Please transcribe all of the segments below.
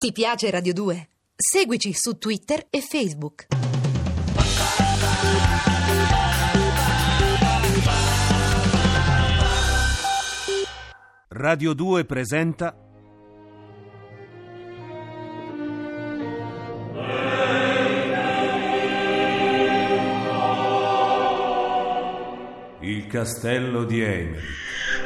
Ti piace Radio 2? Seguici su Twitter e Facebook. Radio 2 presenta Il castello di Eymerich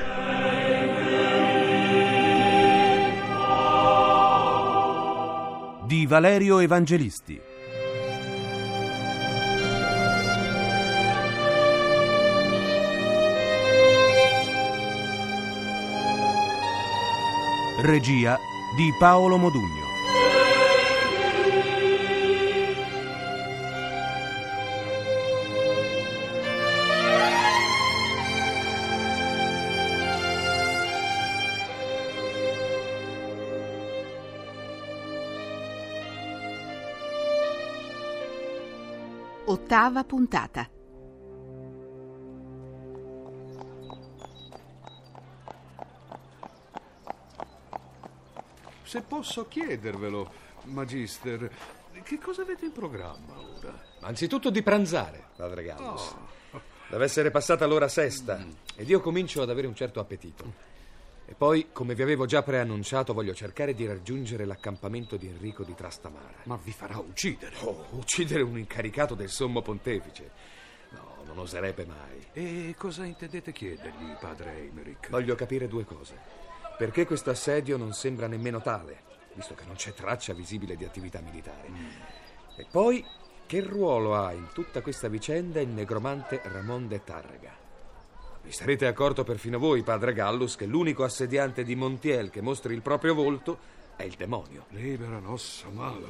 di Valerio Evangelisti. Regia di Paolo Modugno. Ottava puntata. Se posso chiedervelo, Magister, che cosa avete in programma ora? Anzitutto di pranzare, padre Gallus. Deve essere passata l'ora sesta ed io comincio ad avere un certo appetito. E poi, come vi avevo già preannunciato, voglio cercare di raggiungere l'accampamento di Enrico di Trastamara. Ma vi farà uccidere? Uccidere un incaricato del sommo pontefice? No, non oserebbe mai. E cosa intendete chiedergli, padre Eymerich? Voglio capire due cose. Perché questo assedio non sembra nemmeno tale, visto che non c'è traccia visibile di attività militare. E poi, che ruolo ha in tutta questa vicenda il negromante Ramon de Tárrega? Vi sarete accorto perfino voi, padre Gallus, che l'unico assediante di Montiel che mostri il proprio volto è il demonio. Libera nostra malo.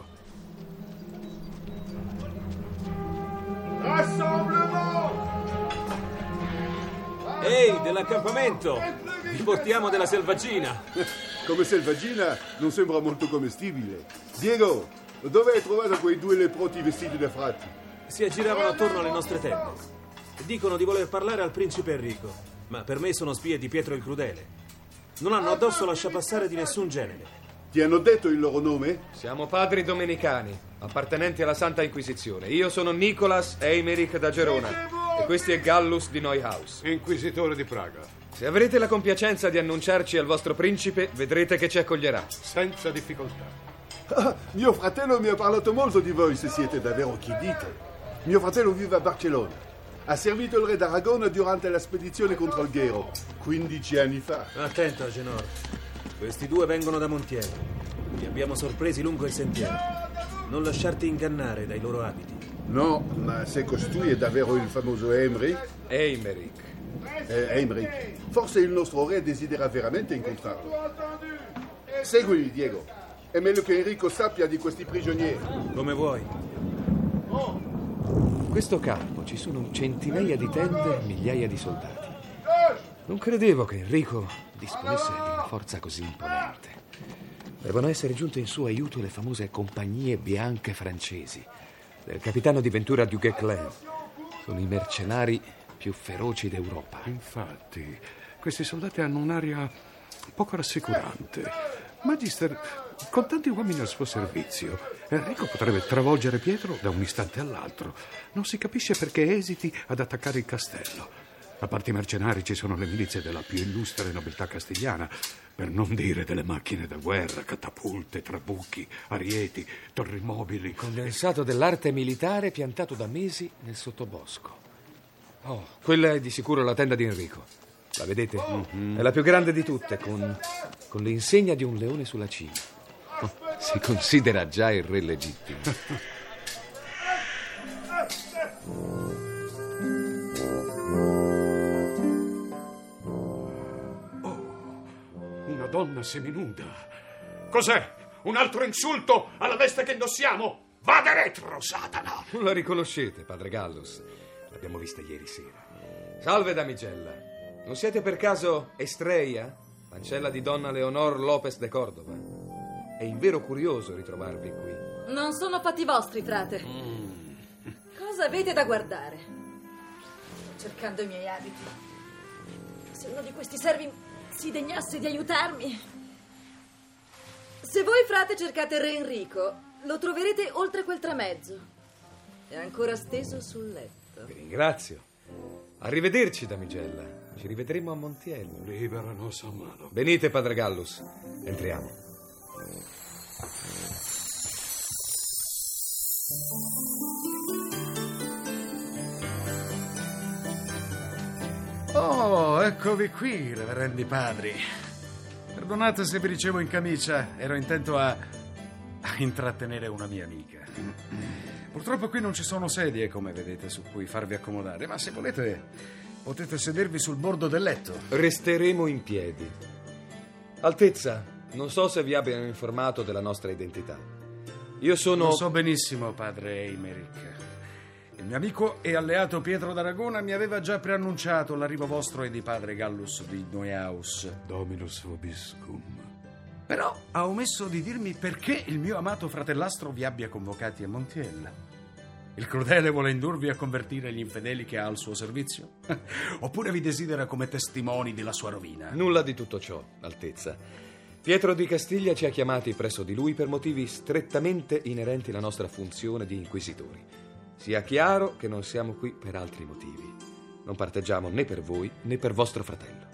Ehi, dell'accampamento! Vi portiamo della selvaggina! Come selvaggina non sembra molto commestibile. Diego, dove hai trovato quei due leproti vestiti da frati? Si aggiravano attorno alle nostre tende. Dicono di voler parlare al principe Enrico, ma per me sono spie di Pietro il Crudele. Non hanno addosso lasciapassare di nessun genere. Ti hanno detto il loro nome? Siamo padri domenicani, appartenenti alla Santa Inquisizione. Io sono Nicolas Eymerich da Gerona e questo è Gallus di Neuhaus, Inquisitore di Praga. Se avrete la compiacenza di annunciarci al vostro principe, vedrete che ci accoglierà. Senza difficoltà. Ah, mio fratello mi ha parlato molto di voi, se siete davvero chi dite. Mio fratello vive a Barcellona. Ha servito il re d'Aragona durante la spedizione contro il Ghero, 15 anni fa. Attento, Agenor. Questi due vengono da Montiel. Li abbiamo sorpresi lungo il sentiero. Non lasciarti ingannare dai loro abiti. No, ma se costui è davvero il famoso Eymerich, forse il nostro re desidera veramente incontrarlo. Seguimi, Diego. È meglio che Enrico sappia di questi prigionieri. Come vuoi. In questo campo ci sono centinaia di tende e migliaia di soldati. Non credevo che Enrico disponesse di una forza così imponente. Devono essere giunte in suo aiuto le famose compagnie bianche francesi del capitano di Ventura du Guesclin. Sono i mercenari più feroci d'Europa. Infatti, questi soldati hanno un'aria poco rassicurante. Magister, con tanti uomini al suo servizio, Enrico potrebbe travolgere Pietro da un istante all'altro. Non si capisce perché esiti ad attaccare il castello. A parte i mercenari ci sono le milizie della più illustre nobiltà castigliana, per non dire delle macchine da guerra, catapulte, trabucchi, arieti, torri mobili. Condensato dell'arte militare piantato da mesi nel sottobosco. Oh, quella è di sicuro la tenda di Enrico. La vedete? È la più grande di tutte, con l'insegna di un leone sulla cima. Oh, si considera già il re legittimo. Una donna seminuda. Cos'è? Un altro insulto alla veste che indossiamo? Vada retro, Satana! Non la riconoscete, padre Gallus? L'abbiamo vista ieri sera. Salve, damigella. Non siete per caso Estrella, ancella di donna Leonor López de Córdoba? È invero curioso ritrovarvi qui. Non sono fatti vostri, frate. Cosa avete da guardare? Sto cercando i miei abiti. Se uno di questi servi si degnasse di aiutarmi. Se voi, frate, cercate Re Enrico, lo troverete oltre quel tramezzo. È ancora steso sul letto. Vi ringrazio. Arrivederci, damigella. Ci rivedremo a Montiel. Libera nostra mano. Venite, padre Gallus. Entriamo. Oh, eccovi qui, reverendi padri. Perdonate se vi ricevo in camicia, ero intento a intrattenere una mia amica. Purtroppo qui non ci sono sedie, come vedete, su cui farvi accomodare, ma se volete potete sedervi sul bordo del letto. Resteremo in piedi. Altezza, non so se vi abbiano informato della nostra identità. Io sono... Lo so benissimo, padre Eimerick. Il mio amico e alleato Pietro d'Aragona mi aveva già preannunciato l'arrivo vostro e di padre Gallus di Neuhaus. Dominus vobiscum. Però ha omesso di dirmi perché il mio amato fratellastro vi abbia convocati a Montiel. Il crudele vuole indurvi a convertire gli infedeli che ha al suo servizio? Oppure vi desidera come testimoni della sua rovina? Nulla di tutto ciò, Altezza. Pietro di Castiglia ci ha chiamati presso di lui per motivi strettamente inerenti alla nostra funzione di inquisitori. Sia chiaro che non siamo qui per altri motivi. Non parteggiamo né per voi né per vostro fratello.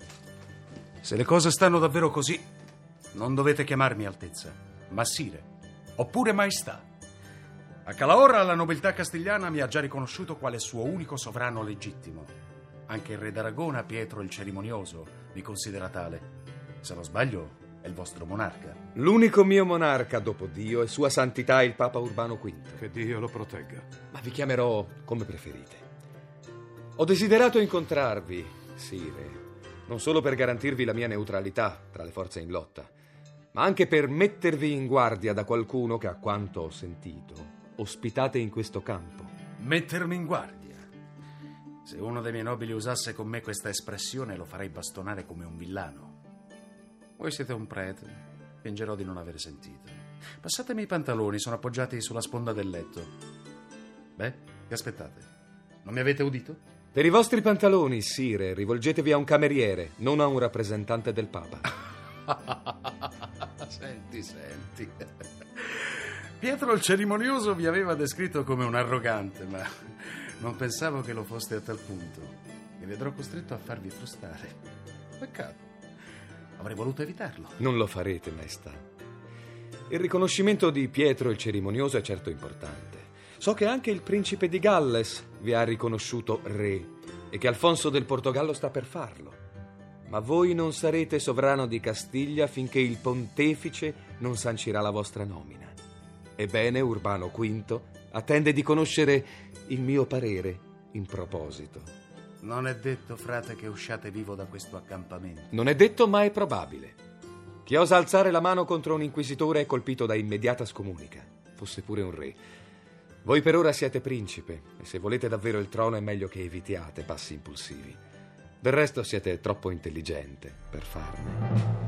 Se le cose stanno davvero così, non dovete chiamarmi Altezza, ma Sire, oppure Maestà. A Calahorra la nobiltà castigliana mi ha già riconosciuto quale suo unico sovrano legittimo. Anche il re d'Aragona, Pietro il Cerimonioso, mi considera tale. Se non sbaglio, è il vostro monarca. L'unico mio monarca dopo Dio è Sua Santità il Papa Urbano V. Che Dio lo protegga. Ma vi chiamerò come preferite. Ho desiderato incontrarvi, Sire, non solo per garantirvi la mia neutralità tra le forze in lotta, ma anche per mettervi in guardia da qualcuno che, a quanto ho sentito, ospitate in questo campo. Mettermi in guardia? Se uno dei miei nobili usasse con me questa espressione, lo farei bastonare come un villano. Voi siete un prete, fingerò di non aver sentito. Passatemi i pantaloni, sono appoggiati sulla sponda del letto. Beh, che aspettate? Non mi avete udito? Per i vostri pantaloni, Sire, rivolgetevi a un cameriere, non a un rappresentante del Papa. Senti. Pietro il Cerimonioso vi aveva descritto come un arrogante, ma non pensavo che lo foste a tal punto. Mi vedrò costretto a farvi frustare. Peccato. Avrei voluto evitarlo. Non lo farete, Maestà. Il riconoscimento di Pietro il Cerimonioso è certo importante. So che anche il principe di Galles vi ha riconosciuto re e che Alfonso del Portogallo sta per farlo. Ma voi non sarete sovrano di Castiglia finché il pontefice non sancirà la vostra nomina. Ebbene, Urbano V attende di conoscere il mio parere in proposito. Non è detto, frate, che usciate vivo da questo accampamento. Non è detto, ma è probabile. Chi osa alzare la mano contro un inquisitore è colpito da immediata scomunica, fosse pure un re. Voi per ora siete principe, e se volete davvero il trono è meglio che evitiate passi impulsivi. Del resto siete troppo intelligente per farne.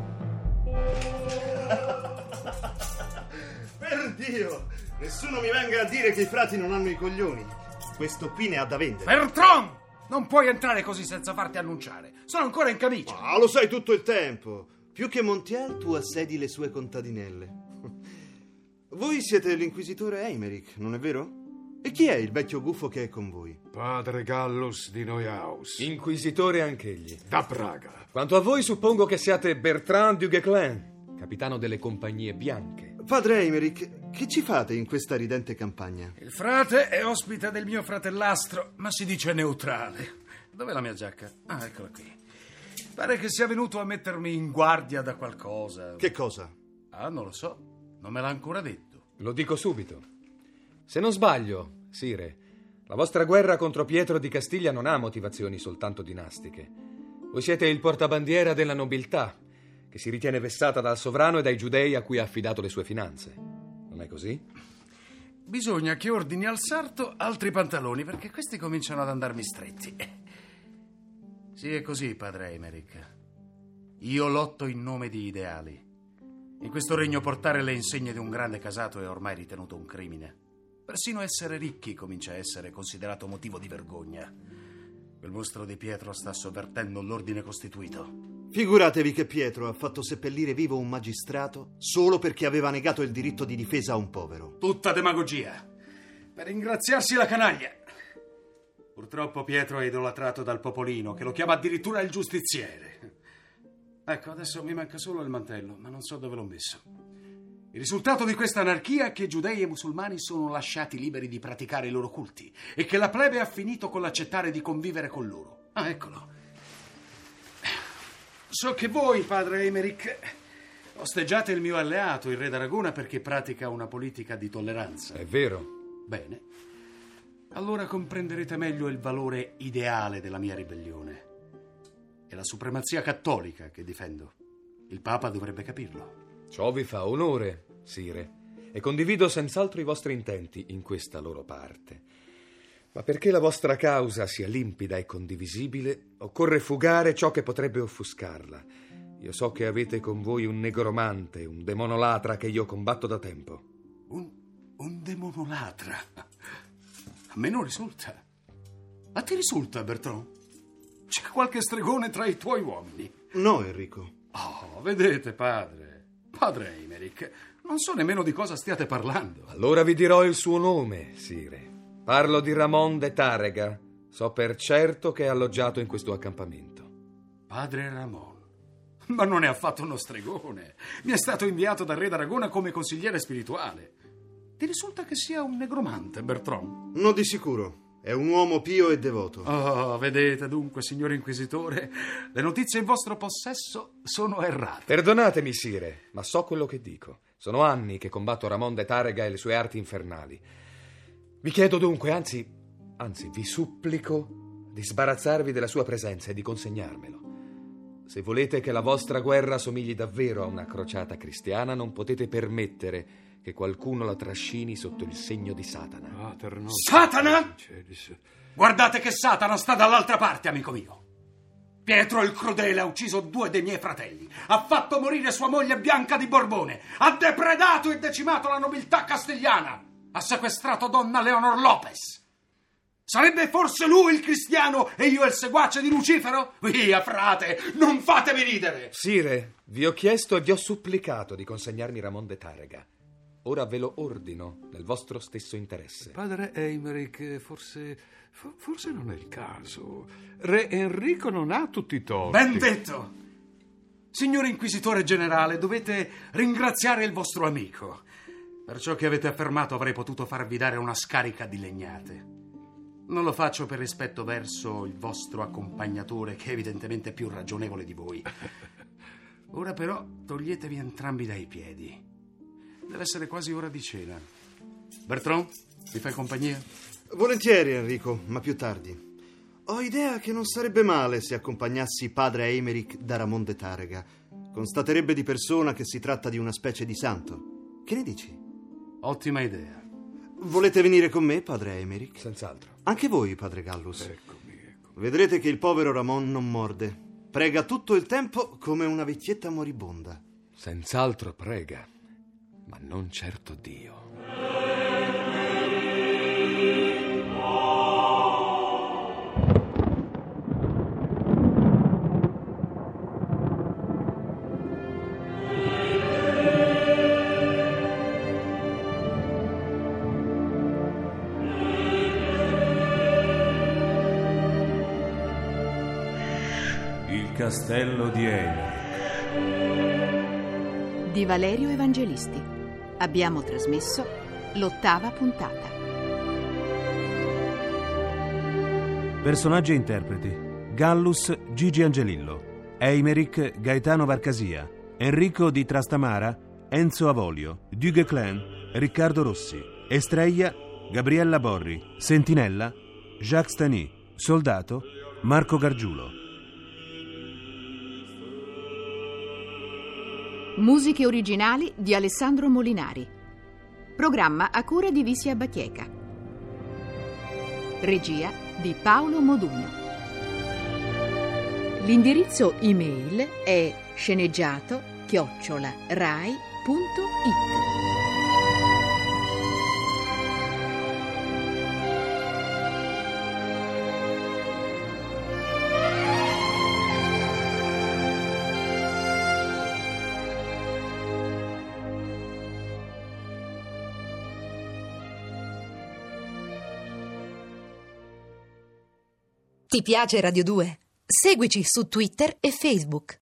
Per Dio! Nessuno mi venga a dire che i frati non hanno i coglioni. Questo qui ne ha da vendere. Bertrand! Non puoi entrare così senza farti annunciare. Sono ancora in camicia. Ah, lo sai tutto il tempo. Più che Montiel, tu assedi le sue contadinelle. Voi siete l'inquisitore Eimerick, non è vero? E chi è il vecchio gufo che è con voi? Padre Gallus di Neuhaus. Inquisitore anch'egli. Da Praga. Quanto a voi, suppongo che siate Bertrand du Guesclin, capitano delle compagnie bianche. Padre Eimerick, che ci fate in questa ridente campagna? Il frate è ospite del mio fratellastro, ma si dice neutrale. Dov'è la mia giacca? Ah, eccola qui. Pare che sia venuto a mettermi in guardia da qualcosa. Che cosa? Ah, non lo so. Non me l'ha ancora detto. Lo dico subito. Se non sbaglio, Sire, la vostra guerra contro Pietro di Castiglia non ha motivazioni soltanto dinastiche. Voi siete il portabandiera della nobiltà, che si ritiene vessata dal sovrano e dai giudei a cui ha affidato le sue finanze. Non è così? Bisogna che ordini al sarto altri pantaloni, perché questi cominciano ad andarmi stretti. Sì, è così, padre Eimerick. Io lotto in nome di ideali. In questo regno portare le insegne di un grande casato è ormai ritenuto un crimine. Persino essere ricchi comincia a essere considerato motivo di vergogna. Quel mostro di Pietro sta sovvertendo l'ordine costituito. Figuratevi che Pietro ha fatto seppellire vivo un magistrato solo perché aveva negato il diritto di difesa a un povero. Tutta demagogia. Per ringraziarsi la canaglia. Purtroppo Pietro è idolatrato dal popolino, che lo chiama addirittura il giustiziere. Ecco, adesso mi manca solo il mantello, ma non so dove l'ho messo. Il risultato di questa anarchia è che giudei e musulmani sono lasciati liberi di praticare i loro culti e che la plebe ha finito con l'accettare di convivere con loro. Ah, eccolo. So che voi, padre Emerick, osteggiate il mio alleato, il re d'Aragona, perché pratica una politica di tolleranza. È vero. Bene. Allora comprenderete meglio il valore ideale della mia ribellione. È la supremazia cattolica che difendo. Il Papa dovrebbe capirlo. Ciò vi fa onore, sire, e condivido senz'altro i vostri intenti in questa loro parte. Ma perché la vostra causa sia limpida e condivisibile, occorre fugare ciò che potrebbe offuscarla. Io so che avete con voi un negromante, un demonolatra che io combatto da tempo. Un demonolatra? A me non risulta. A te risulta, Bertrand? C'è qualche stregone tra i tuoi uomini? No, Enrico. Oh, vedete, padre Emerick, non so nemmeno di cosa stiate parlando. Allora vi dirò il suo nome, sire. Parlo di Ramon de Tárrega. So per certo che è alloggiato in questo accampamento. Padre Ramon? Ma non è affatto uno stregone. Mi è stato inviato dal re d'Aragona come consigliere spirituale. Ti risulta che sia un negromante, Bertrand? No, di sicuro. È un uomo pio e devoto. Oh, vedete dunque, signor inquisitore, le notizie in vostro possesso sono errate. Perdonatemi, sire, ma so quello che dico. Sono anni che combatto Ramon de Tárrega e le sue arti infernali. Vi chiedo dunque, anzi, vi supplico di sbarazzarvi della sua presenza e di consegnarmelo. Se volete che la vostra guerra somigli davvero a una crociata cristiana, non potete permettere che qualcuno la trascini sotto il segno di Satana. Satana? Guardate che Satana sta dall'altra parte, amico mio. Pietro il Crudele ha ucciso 2 dei miei fratelli, ha fatto morire sua moglie Bianca di Borbone, ha depredato e decimato la nobiltà castigliana, ha sequestrato donna Leonor Lopez. Sarebbe forse lui il cristiano e io il seguace di Lucifero? Via, frate, non fatemi ridere! Sire, vi ho chiesto e vi ho supplicato di consegnarmi Ramon de Tárrega. Ora ve lo ordino, nel vostro stesso interesse. Padre Emerick, forse non è il caso. Re Enrico non ha tutti i torti. Ben detto! Signor Inquisitore Generale, dovete ringraziare il vostro amico. Per ciò che avete affermato avrei potuto farvi dare una scarica di legnate. Non lo faccio per rispetto verso il vostro accompagnatore, che è evidentemente più ragionevole di voi. Ora però toglietevi entrambi dai piedi. Deve essere quasi ora di cena. Bertrand, mi fai compagnia? Volentieri, Enrico, ma più tardi. Ho idea che non sarebbe male se accompagnassi padre Emerick da Ramon de Tárrega. Constaterebbe di persona che si tratta di una specie di santo. Che ne dici? Ottima idea. Volete venire con me, padre Emerick? Senz'altro. Anche voi, padre Gallus. Eccomi. Vedrete che il povero Ramon non morde. Prega tutto il tempo come una vecchietta moribonda. Senz'altro prega, ma non certo Dio. Il castello di Emerick di Valerio Evangelisti. Abbiamo trasmesso l'8ª puntata. Personaggi e interpreti: Gallus Gigi Angelillo, Emerick Gaetano Varcasia, Enrico di Trastamara Enzo Avolio, Duguesclin Riccardo Rossi, Estrella Gabriella Borri, Sentinella Jacques Stani, Soldato Marco Gargiulo. Musiche originali di Alessandro Molinari. Programma a cura di Visia Bacheca. Regia di Paolo Modugno. L'indirizzo email è sceneggiato@rai.it. Ti piace Radio 2? Seguici su Twitter e Facebook.